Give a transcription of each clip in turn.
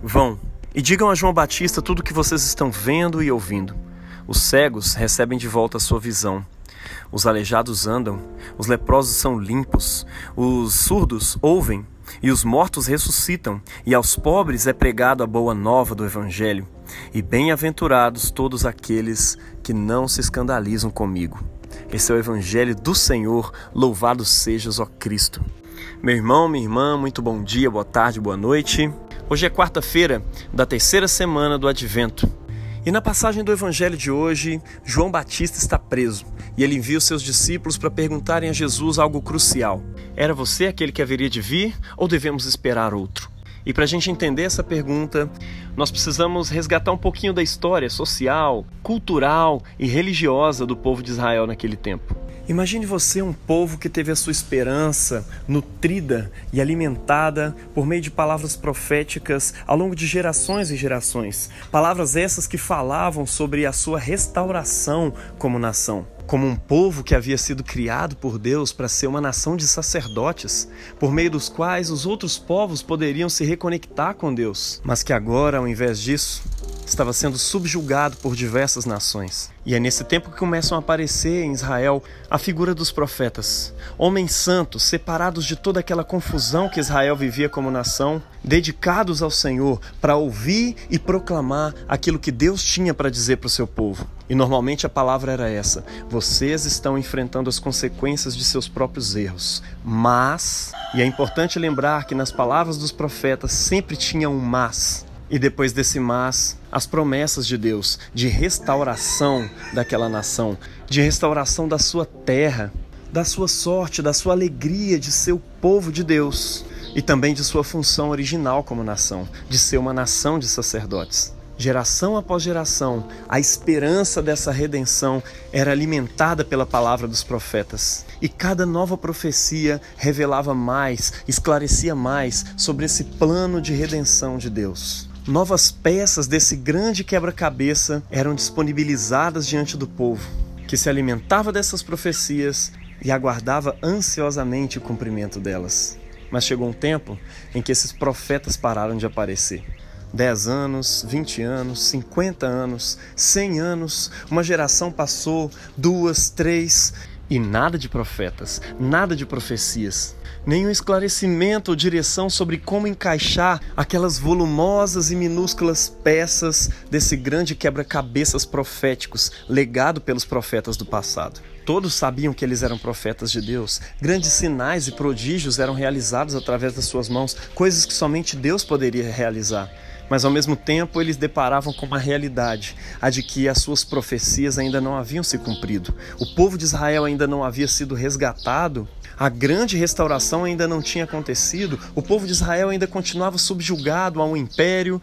Vão e digam a João Batista tudo o que vocês estão vendo e ouvindo. Os cegos recebem de volta a sua visão. Os aleijados andam, os leprosos são limpos, os surdos ouvem e os mortos ressuscitam, e aos pobres é pregado a boa nova do Evangelho. E bem-aventurados todos aqueles que não se escandalizam comigo. Esse é o Evangelho do Senhor, louvado sejas, ó Cristo. Meu irmão, minha irmã, muito bom dia, boa tarde, boa noite. Hoje é quarta-feira da terceira semana do Advento. E na passagem do Evangelho de hoje, João Batista está preso e ele envia os seus discípulos para perguntarem a Jesus algo crucial. Era você aquele que haveria de vir ou devemos esperar outro? E para a gente entender essa pergunta, nós precisamos resgatar um pouquinho da história social, cultural e religiosa do povo de Israel naquele tempo. Imagine você um povo que teve a sua esperança nutrida e alimentada por meio de palavras proféticas ao longo de gerações e gerações. Palavras essas que falavam sobre a sua restauração como nação. Como um povo que havia sido criado por Deus para ser uma nação de sacerdotes, por meio dos quais os outros povos poderiam se reconectar com Deus, mas que agora, ao invés disso, estava sendo subjugado por diversas nações. E é nesse tempo que começam a aparecer em Israel a figura dos profetas, homens santos, separados de toda aquela confusão que Israel vivia como nação, dedicados ao Senhor para ouvir e proclamar aquilo que Deus tinha para dizer para o seu povo. E normalmente a palavra era essa: vocês estão enfrentando as consequências de seus próprios erros. Mas, e é importante lembrar que nas palavras dos profetas sempre tinha um mas. E depois desse mas, as promessas de Deus de restauração daquela nação, de restauração da sua terra, da sua sorte, da sua alegria de ser o povo de Deus e também de sua função original como nação, de ser uma nação de sacerdotes. Geração após geração, a esperança dessa redenção era alimentada pela palavra dos profetas. E cada nova profecia revelava mais, esclarecia mais sobre esse plano de redenção de Deus. Novas peças desse grande quebra-cabeça eram disponibilizadas diante do povo, que se alimentava dessas profecias e aguardava ansiosamente o cumprimento delas. Mas chegou um tempo em que esses profetas pararam de aparecer. 10 anos, 20 anos, 50 anos, 100 anos, uma geração passou, 2, 3, e nada de profetas, nada de profecias. Nenhum esclarecimento ou direção sobre como encaixar aquelas volumosas e minúsculas peças desse grande quebra-cabeças proféticos legado pelos profetas do passado. Todos sabiam que eles eram profetas de Deus. Grandes sinais e prodígios eram realizados através das suas mãos, coisas que somente Deus poderia realizar. Mas ao mesmo tempo eles deparavam com uma realidade, a de que as suas profecias ainda não haviam se cumprido. O povo de Israel ainda não havia sido resgatado, a grande restauração ainda não tinha acontecido, o povo de Israel ainda continuava subjugado a um império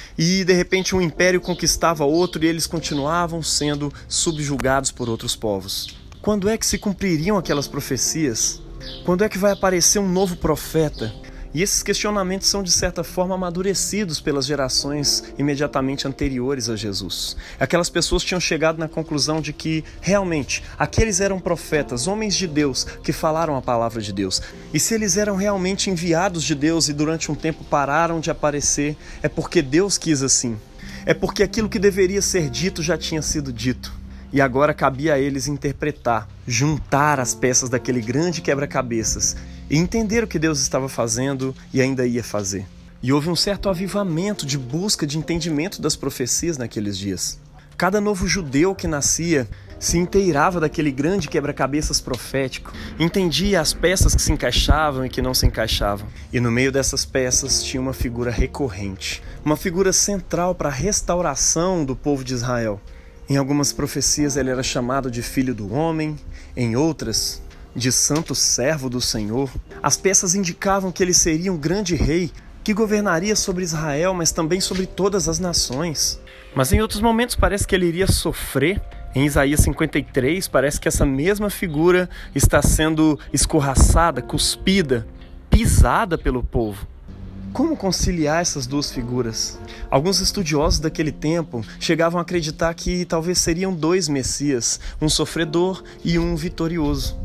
e de repente um império conquistava outro e eles continuavam sendo subjugados por outros povos. Quando é que se cumpririam aquelas profecias? Quando é que vai aparecer um novo profeta? E esses questionamentos são, de certa forma, amadurecidos pelas gerações imediatamente anteriores a Jesus. Aquelas pessoas tinham chegado na conclusão de que, realmente, aqueles eram profetas, homens de Deus, que falaram a palavra de Deus. E se eles eram realmente enviados de Deus e durante um tempo pararam de aparecer, é porque Deus quis assim. É porque aquilo que deveria ser dito já tinha sido dito. E agora cabia a eles interpretar, juntar as peças daquele grande quebra-cabeças e entender o que Deus estava fazendo e ainda ia fazer. E houve um certo avivamento de busca de entendimento das profecias naqueles dias. Cada novo judeu que nascia se inteirava daquele grande quebra-cabeças profético, entendia as peças que se encaixavam e que não se encaixavam. E no meio dessas peças tinha uma figura recorrente, uma figura central para a restauração do povo de Israel. Em algumas profecias ele era chamado de Filho do Homem, em outras, de Santo Servo do Senhor. As peças indicavam que ele seria um grande rei que governaria sobre Israel, mas também sobre todas as nações. Mas em outros momentos parece que ele iria sofrer. Em Isaías 53 parece que essa mesma figura está sendo escorraçada, cuspida, pisada pelo povo. Como conciliar essas duas figuras? Alguns estudiosos daquele tempo chegavam a acreditar que talvez seriam dois Messias, um sofredor e um vitorioso.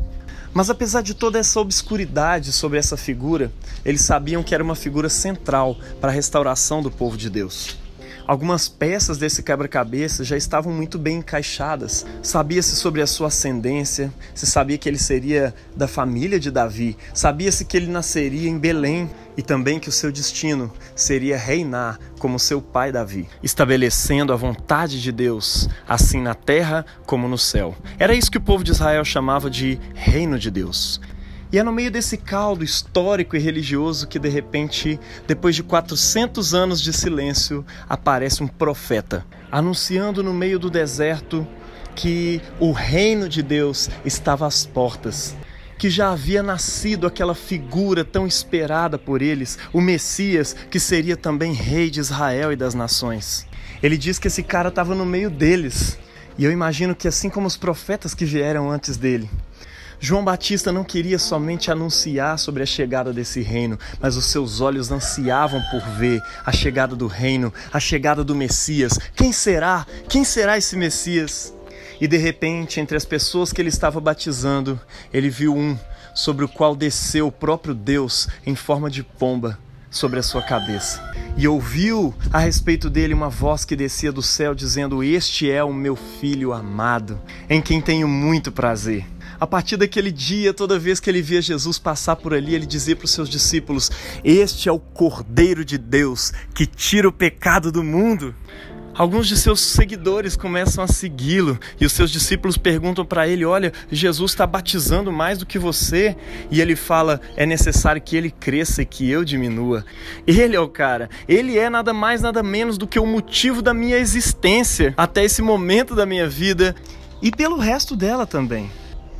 Mas apesar de toda essa obscuridade sobre essa figura, eles sabiam que era uma figura central para a restauração do povo de Deus. Algumas peças desse quebra-cabeça já estavam muito bem encaixadas. Sabia-se sobre a sua ascendência, se sabia que ele seria da família de Davi, sabia-se que ele nasceria em Belém e também que o seu destino seria reinar como seu pai Davi, estabelecendo a vontade de Deus, assim na terra como no céu. Era isso que o povo de Israel chamava de reino de Deus. E é no meio desse caldo histórico e religioso que, de repente, depois de 400 anos de silêncio, aparece um profeta, anunciando no meio do deserto que o reino de Deus estava às portas, que já havia nascido aquela figura tão esperada por eles, o Messias, que seria também rei de Israel e das nações. Ele diz que esse cara estava no meio deles, e eu imagino que assim como os profetas que vieram antes dele, João Batista não queria somente anunciar sobre a chegada desse reino, mas os seus olhos ansiavam por ver a chegada do reino, a chegada do Messias. Quem será? Quem será esse Messias? E de repente, entre as pessoas que ele estava batizando, ele viu um sobre o qual desceu o próprio Deus em forma de pomba sobre a sua cabeça. E ouviu a respeito dele uma voz que descia do céu dizendo: "Este é o meu filho amado, em quem tenho muito prazer." A partir daquele dia, toda vez que ele via Jesus passar por ali, ele dizia para os seus discípulos: "Este é o Cordeiro de Deus que tira o pecado do mundo." Alguns de seus seguidores começam a segui-lo e os seus discípulos perguntam para ele: "Olha, Jesus está batizando mais do que você." E ele fala: "É necessário que ele cresça e que eu diminua." Ele é o cara, ele é nada mais, nada menos do que o motivo da minha existência até esse momento da minha vida e pelo resto dela também.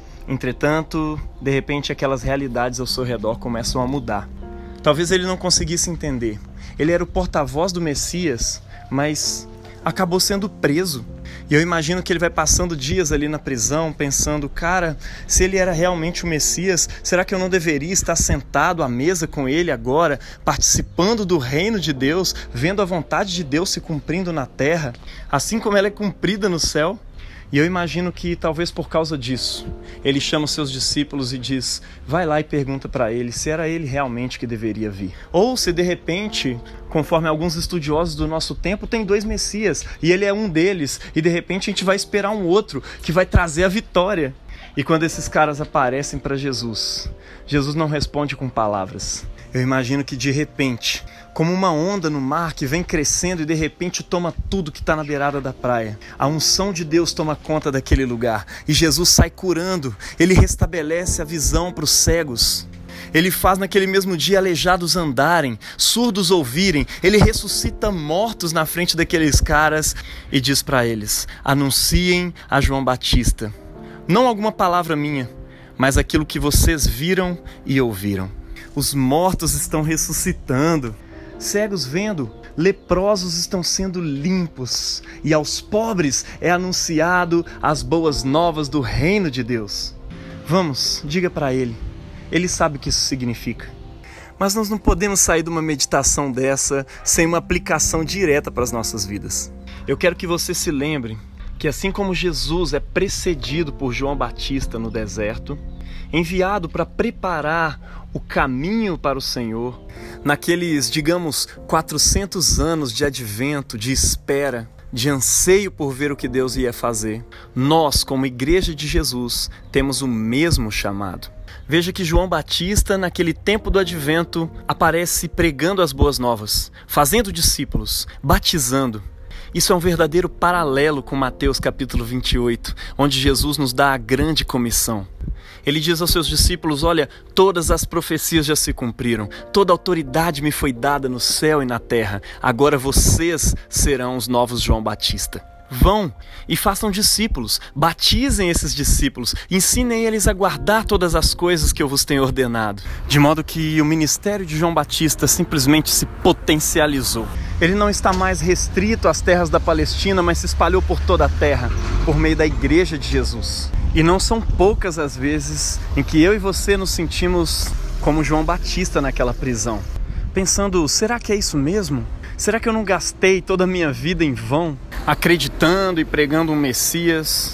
Entretanto, de repente aquelas realidades ao seu redor começam a mudar. Talvez ele não conseguisse entender. Ele era o porta-voz do Messias, mas acabou sendo preso. E eu imagino que ele vai passando dias ali na prisão, pensando: cara, se ele era realmente o Messias, será que eu não deveria estar sentado à mesa com ele agora, participando do reino de Deus, vendo a vontade de Deus se cumprindo na terra, assim como ela é cumprida no céu? E eu imagino que talvez por causa disso, ele chama os seus discípulos e diz: vai lá e pergunta para ele se era ele realmente que deveria vir. Ou se de repente, conforme alguns estudiosos do nosso tempo, tem 2 Messias e ele é um deles, e de repente a gente vai esperar um outro que vai trazer a vitória. E quando esses caras aparecem para Jesus, Jesus não responde com palavras. Eu imagino que de repente, como uma onda no mar que vem crescendo e de repente toma tudo que está na beirada da praia, a unção de Deus toma conta daquele lugar e Jesus sai curando. Ele restabelece a visão para os cegos. Ele faz naquele mesmo dia aleijados andarem, surdos ouvirem. Ele ressuscita mortos na frente daqueles caras e diz para eles: anunciem a João Batista, não alguma palavra minha, mas aquilo que vocês viram e ouviram. Os mortos estão ressuscitando, cegos vendo, leprosos estão sendo limpos, e aos pobres é anunciado as boas novas do reino de Deus. Vamos, diga para ele, ele sabe o que isso significa. Mas nós não podemos sair de uma meditação dessa sem uma aplicação direta para as nossas vidas. Eu quero que você se lembre que assim como Jesus é precedido por João Batista no deserto, enviado para preparar o caminho para o Senhor, naqueles, digamos, 400 anos de advento, de espera, de anseio por ver o que Deus ia fazer, nós, como Igreja de Jesus, temos o mesmo chamado. Veja que João Batista, naquele tempo do advento, aparece pregando as boas novas, fazendo discípulos, batizando. Isso é um verdadeiro paralelo com Mateus capítulo 28, onde Jesus nos dá a grande comissão. Ele diz aos seus discípulos: olha, todas as profecias já se cumpriram, toda autoridade me foi dada no céu e na terra, agora vocês serão os novos João Batista. Vão e façam discípulos, batizem esses discípulos, ensinem eles a guardar todas as coisas que eu vos tenho ordenado. De modo que o ministério de João Batista simplesmente se potencializou. Ele não está mais restrito às terras da Palestina, mas se espalhou por toda a terra, por meio da Igreja de Jesus. E não são poucas as vezes em que eu e você nos sentimos como João Batista naquela prisão, pensando: será que é isso mesmo? Será que eu não gastei toda a minha vida em vão, acreditando e pregando um Messias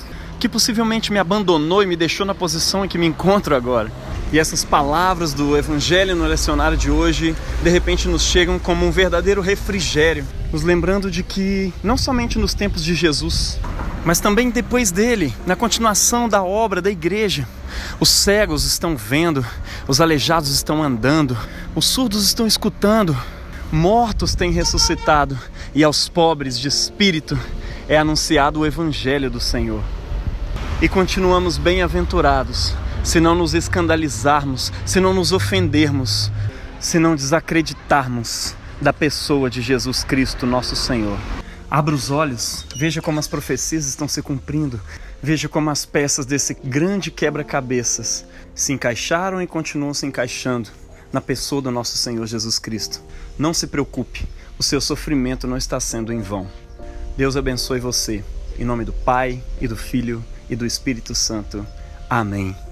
que possivelmente me abandonou e me deixou na posição em que me encontro agora. E essas palavras do Evangelho no lecionário de hoje, de repente nos chegam como um verdadeiro refrigério, nos lembrando de que, não somente nos tempos de Jesus, mas também depois dele, na continuação da obra da igreja, os cegos estão vendo, os aleijados estão andando, os surdos estão escutando, mortos têm ressuscitado, e aos pobres de espírito é anunciado o Evangelho do Senhor. E continuamos bem-aventurados, se não nos escandalizarmos, se não nos ofendermos, se não desacreditarmos da pessoa de Jesus Cristo, nosso Senhor. Abra os olhos, veja como as profecias estão se cumprindo, veja como as peças desse grande quebra-cabeças se encaixaram e continuam se encaixando na pessoa do nosso Senhor Jesus Cristo. Não se preocupe, o seu sofrimento não está sendo em vão. Deus abençoe você, em nome do Pai, e do Filho, e do Espírito Santo. Amém.